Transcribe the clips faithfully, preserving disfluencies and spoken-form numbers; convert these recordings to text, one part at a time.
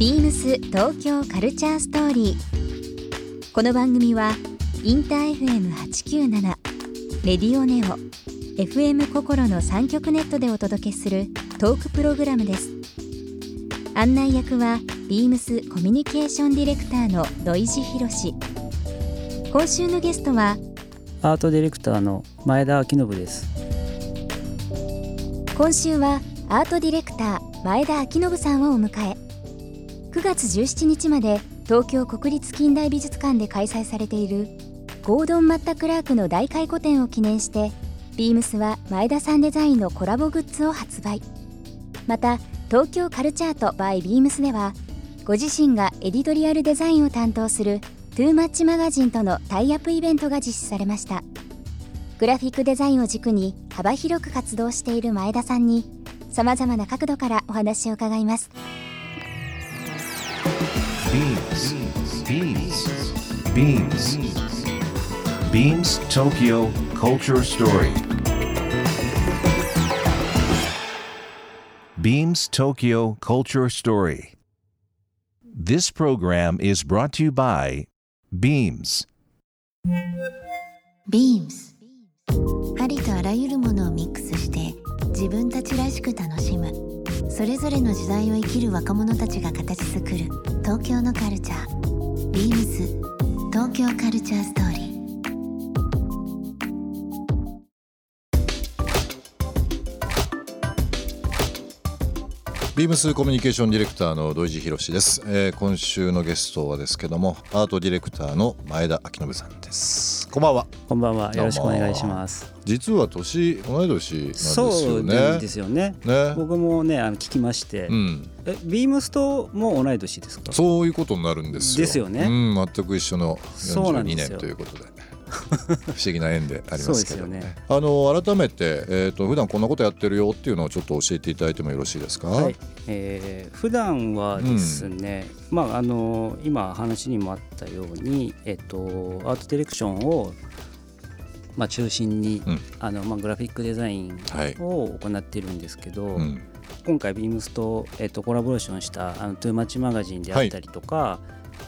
ビームス東京カルチャーストーリー。この番組はインター エフエムはちきゅうなな、レディオネオ、エフエム 心のさん局ネットでお届けするトークプログラムです。案内役はビームスコミュニケーションディレクターの土井博志。今週のゲストはアートディレクターの前田明信です。 今週はアートディレクター前田明信さんをお迎え、くがつじゅうしちにちまで東京国立近代美術館で開催されているゴードン・マッタ・クラークの大回顧展を記念して、ビームスは前田さんデザインのコラボグッズを発売。また東京カルチャート by ビームスでは、ご自身がエディトリアルデザインを担当するトゥーマッチマガジンとのタイアップイベントが実施されました。グラフィックデザインを軸に幅広く活動している前田さんに、さまざまな角度からお話を伺います。 ビームス ビームス ビームス ビームス Tokyo Culture Story Beams Tokyo Culture Story. This program is brought to you by Beams. Beams ありとあらゆるものをミックスして自分たちらしく楽しむ、それぞれの時代を生きる若者たちが形作る東京のカルチャー。 ビームス 東京カルチャーストーリー。 ビームスコミュニケーションディレクターの土井博志です、えー、今週のゲストはですけども、アートディレクターの前田明信さんです。こんばんは。 こんばんは、よろしくお願いします。 実は年同い年なんですよね。 そうなんですよ ね, ね僕もね、あの聞きまして、うん、えビームスとも同い年ですか？ そういうことになるんですよ。 ですよね、 うん、全く一緒のよんじゅうにねんということで不思議な縁でありますけど ね, ねあの改めて、えーと、普段こんなことやってるよっていうのをちょっと教えていただいてもよろしいですか？はい、 えー、普段はですね、うん、まあ、あの今話にもあったように、えーと、アートディレクションを、まあ、中心に、うん、あのまあ、グラフィックデザインを行っているんですけど、はい、うん、今回ビームスと、えーと、コラボレーションしたあのトゥーマッチマガジンであったりとか、はい、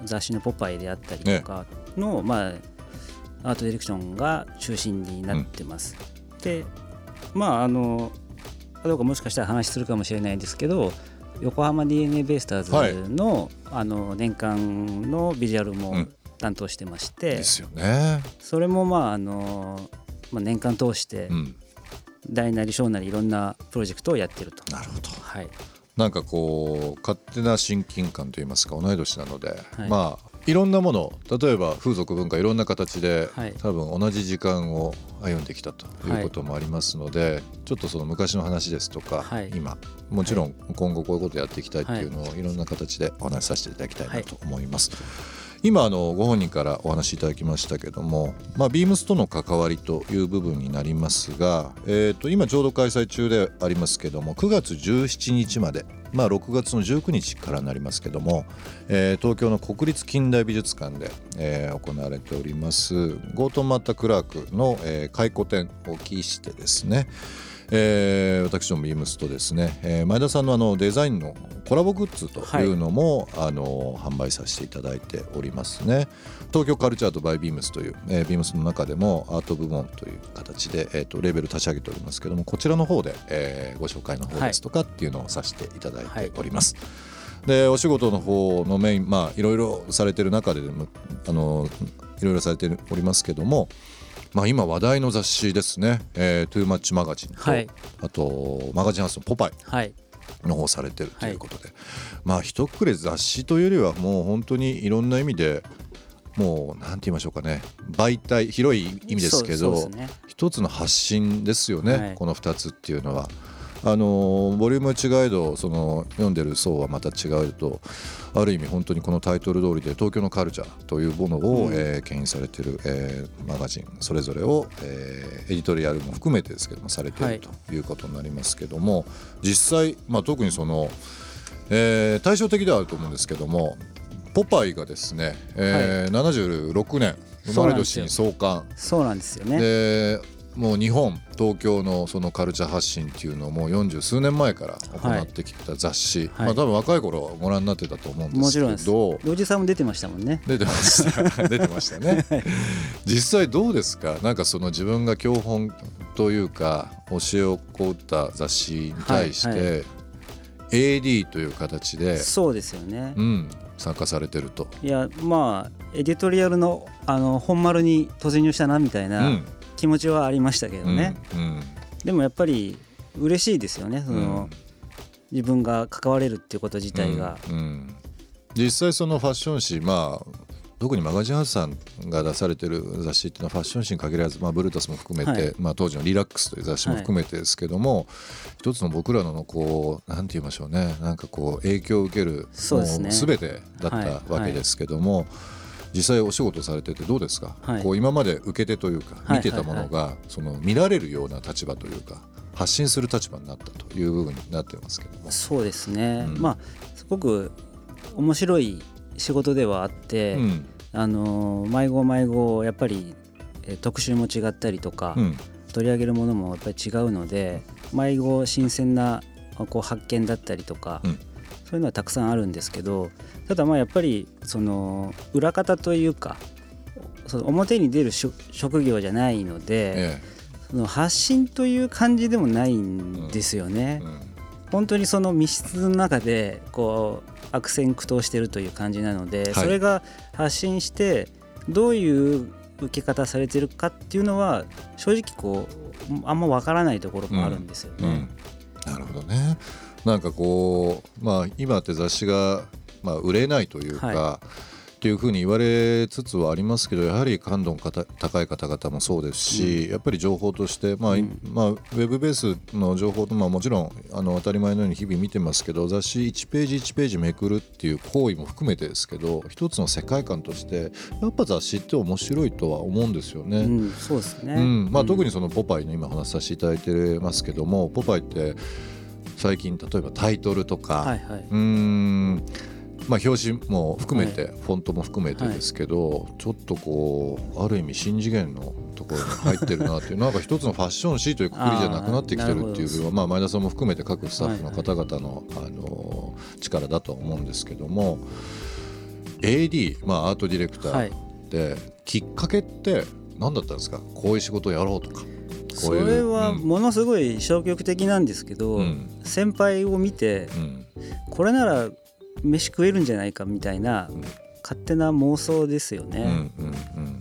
雑誌のポパイであったりとかの、ね、まあアートディレクションが中心になってます、うん、でまああのどうかもしかしたら話するかもしれないんですけど、横浜 ディーエヌエー ベイスターズ の、はい、あの年間のビジュアルも担当してまして、うん、 ですよね。 それもまああの、まあ、年間通して大なり小なりいろんなプロジェクトをやってると。 なるほど、 はい、 なんかこう勝手な親近感といいますか、同い年なので、はい、まあいろんなもの、例えば風俗文化いろんな形で、はい、多分同じ時間を歩んできたということもありますので、はい、ちょっとその昔の話ですとか、はい、今もちろん今後こういうことやっていきたいっていうのをいろんな形でお話しさせていただきたいなと思います、はい、今あのご本人からお話しいただきましたけども、まあ、ビームスとの関わりという部分になりますが、えー、と今ちょうど開催中でありますけども、くがつじゅうしちにちまで、まあ、ろくがつのじゅうくにちからになりますけども、えー、東京の国立近代美術館で、えー、行われておりますゴードン・マッタ・クラークの、えー、回顧展を期してですね、えー、私どもビームスとですね、えー、前田さんのあのデザインのコラボグッズというのも、はい、あの販売させていただいておりますね。東京カルチャート by ビームスという、えー、ビームスの中でもアート部門という形で、えー、とレーベル立ち上げておりますけども、こちらの方で、えー、ご紹介の方ですとかっていうのをさせていただいております、はい、でお仕事の方のメイン、まあいろいろされてる中でもあのいろいろされておりますけども、まあ、今話題の雑誌ですね、えー、トゥーマッチマガジンと、はい、あとマガジンハウスのポパイの方されてるということで、はい、まあ一括り雑誌というよりはもう本当にいろんな意味でもうなんて言いましょうかね、媒体広い意味ですけど、そうそうですね、一つの発信ですよね、はい、このふたつっていうのは。あのボリューム違えどその読んでる層はまた違うと、ある意味本当にこのタイトル通りで東京のカルチャーというものを、うん、えー、牽引されている、えー、マガジンそれぞれを、えー、エディトリアルも含めてですけどもされているということになりますけども、はい、実際、まあ、特にその、えー、対照的ではあると思うんですけども、ポパイがですね、えーはい、ななじゅうろくねん生まれ年に創刊。 そうなんですよね。 でもう日本東京のそのカルチャー発信っていうのをもうよんじゅうすうねんまえから行ってきた雑誌、はい、まあ、多分若い頃ご覧になってたと思うんですけど、もちろんです。 おじさんも出てましたもんね。 出てました出てましたね実際どうですか、なんかその自分が教本というか教えをこうった雑誌に対して、はいはい、エーディー という形でそうですよね、 うん、参加されてると。 いや、まあエディトリアルの、あの本丸に突入したなみたいな気持ちはありましたけどね、うんうん、でもやっぱり嬉しいですよね、その、うん、自分が関われるっていうこと自体が、 うんうん、実際そのファッション誌、まあ特にマガジンハウスさんが出されてる雑誌っていうのはファッション誌に限らず、まあ、ブルータスも含めて、はい、まあ、当時のリラックスという雑誌も含めてですけども、はい、一つの僕らのこうなんて言いましょうね、なんかこう影響を受けるもう全てだったわけですけども、はいはい、実際お仕事されててどうですか、はい、こう今まで受け手というか見てたものがその見られるような立場というか発信する立場になったという部分になってますけども。 そうですね、うん、まあすごく面白い仕事ではあって、うん、あの毎号毎号やっぱり特集も違ったりとか、うん、取り上げるものもやっぱり違うので、毎号新鮮なこう発見だったりとか、うん、そういうのはたくさんあるんですけど、ただまあやっぱりその裏方というかその表に出る職業じゃないので、ええ、その発信という感じでもないんですよね、うんうん、本当にその密室の中でこう悪戦苦闘してるという感じなので、はい、それが発信してどういう受け方されてるかっていうのは正直こうあんま分からないところもあるんですよね、うんうん、なるほどね。なんかこう、まあ、今って雑誌が、まあ、売れないというか、はい、っていうふうに言われつつはありますけど、やはり感度の高い方々もそうですし、うん、やっぱり情報として、まあうんまあ、ウェブベースの情報と、まあ、もちろんあの当たり前のように日々見てますけど、雑誌いちページいちページめくるっていう行為も含めてですけど、一つの世界観としてやっぱ雑誌って面白いとは思うんですよね、 うん、そうですね、 うんまあ、特にそのポパイの今話させていただいてますけども、ポパイって最近例えばタイトルとか、はいはい、うーんまあ、表紙も含めて、はい、フォントも含めてですけど、はい、ちょっとこうある意味新次元のところに入ってるなっていうなんか一つのファッション誌というくくりじゃなくなってきてるっていう部分は、まあ、前田さんも含めて各スタッフの方々の、はいはい、あの力だとは思うんですけども、 エーディー、まあ、アートディレクターで、はい、きっかけって何だったんですか、こういう仕事をやろうとか。 こういうそれはものすごい消極的なんですけど、うん、先輩を見て、うん、これなら飯食えるんじゃないかみたいな勝手な妄想ですよね、うんうんうん、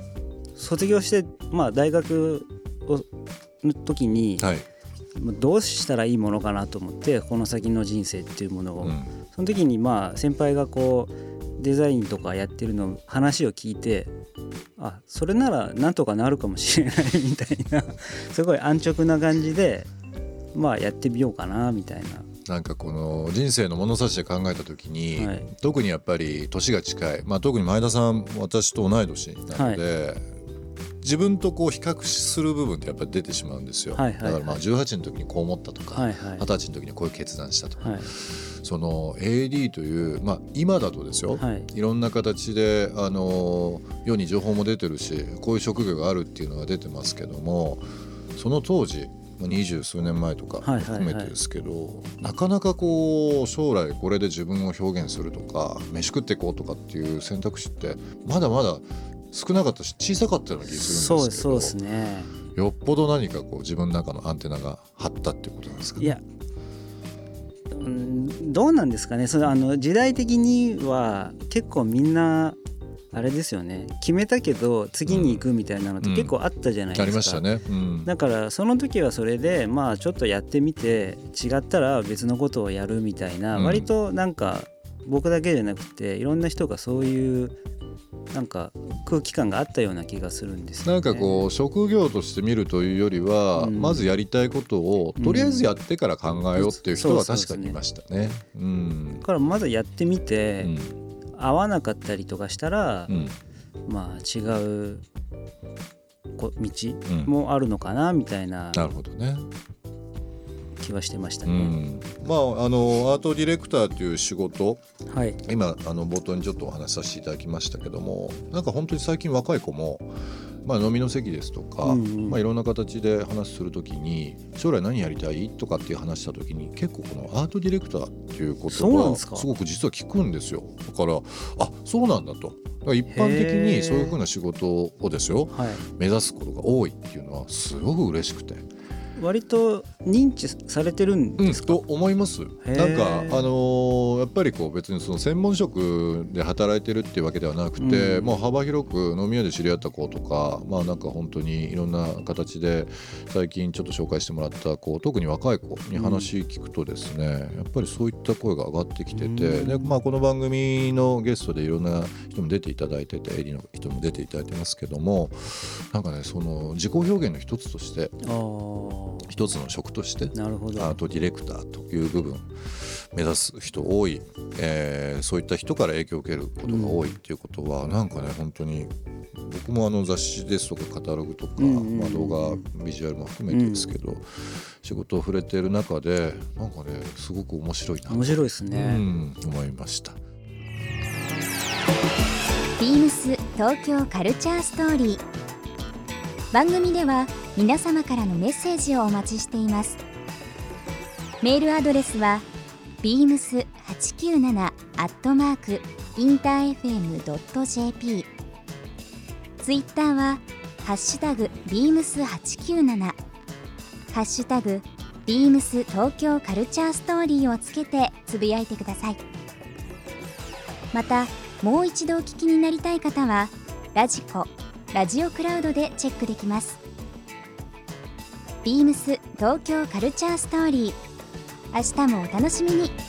卒業して、まあ、大学の時に、はい、どうしたらいいものかなと思って、この先の人生っていうものを、うん、その時にまあ先輩がこうデザインとかやってるの話を聞いて、あ、それならなんとかなるかもしれないみたいなすごい安直な感じで、まあやってみようかなみたいな。 なんかこの人生の物差しで考えた時に、はい、特にやっぱり年が近い、まあ、特に前田さん私と同い年なので、はい、自分とこう比較する部分ってやっぱり出てしまうんですよ、はいはいはい、だからまあじゅうはちの時にこう思ったとか、はいはい、はたちの時にこういう決断したとか、はい、その エーディー という、まあ、今だとですよ、はい、いろんな形であの世に情報も出てるし、こういう職業があるっていうのが出てますけども、その当時二十数年前とか含めてですけど、はいはいはい、なかなかこう将来これで自分を表現するとか飯食っていこうとかっていう選択肢ってまだまだ少なかったし小さかったような気がするんですけど、 そうですね、 よっぽど何かこう自分の中のアンテナが張ったっていうことなんですかね。 いや、うん、どうなんですかね。そのあの時代的には結構みんなあれですよね、決めたけど次に行くみたいなのって結構あったじゃないですか、うんうん、ありましたね、うん、だからその時はそれでまあちょっとやってみて違ったら別のことをやるみたいな、うん、割となんか僕だけじゃなくていろんな人がそういうなんか空気感があったような気がするんですよね。 なんかこう職業として見るというよりは、うん、まずやりたいことをとりあえずやってから考えようっていう人は確かにいましたね。だからまずやってみて、うん、合わなかったりとかしたら、うん、まあ違う道もあるのかなみたいな、 うん、なるほどね。 気はしてましたね、 うん、まああのアートディレクターという仕事、 はい、 今あの冒頭にちょっとお話しさせていただきましたけども、なんか本当に最近若い子も、まあ、飲みの席ですとか、うんうんまあ、いろんな形で話するときに将来何やりたいとかっていう話したときに結構このアートディレクターっていうことがすごく実は聞くんですよ。だからあそうなんだと、一般的にそういうふうな仕事をですよ、はい、目指すことが多いっていうのはすごく嬉しくて、 割と認知されてるんですか、 うん、と思います。なんか、あのー、やっぱりこう別にその専門職で働いてるっていうわけではなくて、うん、もう幅広く飲み屋で知り合った子とか、まあなんか本当にいろんな形で最近ちょっと紹介してもらった子、特に若い子に話聞くとですね、うん、やっぱりそういった声が上がってきてて、うん、でまあ、この番組のゲストでいろんな人も出ていただいてて、エリの人も出ていただいてますけども、なんかねその自己表現の一つとして、あ一つの職としてなるほどアートディレクターという部分目指す人多い、えー、そういった人から影響を受けることが多いっていうことは、うん、なんかね本当に僕もあの雑誌ですとかカタログとか、うんうんうんまあ、動画ビジュアルも含めてですけど、うん、仕事を触れている中でなんかねすごく面白いなと面白いですね、 うん、思いました。 ビームス東京カルチャーストーリー、番組では皆様からのメッセージをお待ちしています。メールアドレスは ビームスはちきゅうなな アットマーク インターエフエム ドット ジェーピー、 ツイッターはハッシュタグ ビームスはちきゅうなな、 ハッシュタグ ビームス 東京カルチャーストーリーをつけてつぶやいてください。またもう一度お聞きになりたい方はラジコ、ラジオクラウドでチェックできます。ビームス東京カルチャーストーリー、明日もお楽しみに。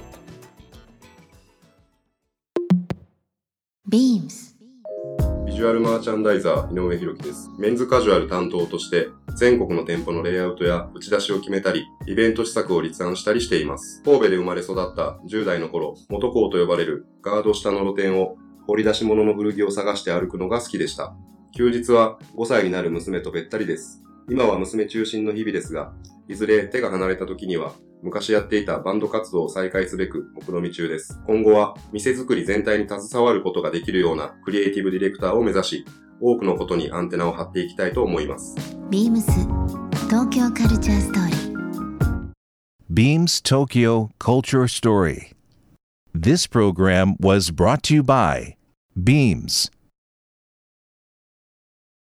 ビームスビジュアルマーチャンダイザー井上弘樹です。メンズカジュアル担当として全国の店舗のレイアウトや打ち出しを決めたり、イベント施策を立案したりしています。神戸で生まれ育ったじゅう代の頃、元港と呼ばれるガード下の露店を掘り出し物の古着を探して歩くのが好きでした。休日はごさいになる娘とべったりです。今は娘中心の日々ですが、いずれ手が離れた時には昔やっていたバンド活動を再開すべく目論見中です。今後は店作り全体に携わることができるようなクリエイティブディレクターを目指し、多くのことにアンテナを張っていきたいと思います。 ビームス東京カルチャーストーリービームス Tokyo Culture Story. This program was brought to you by Beams.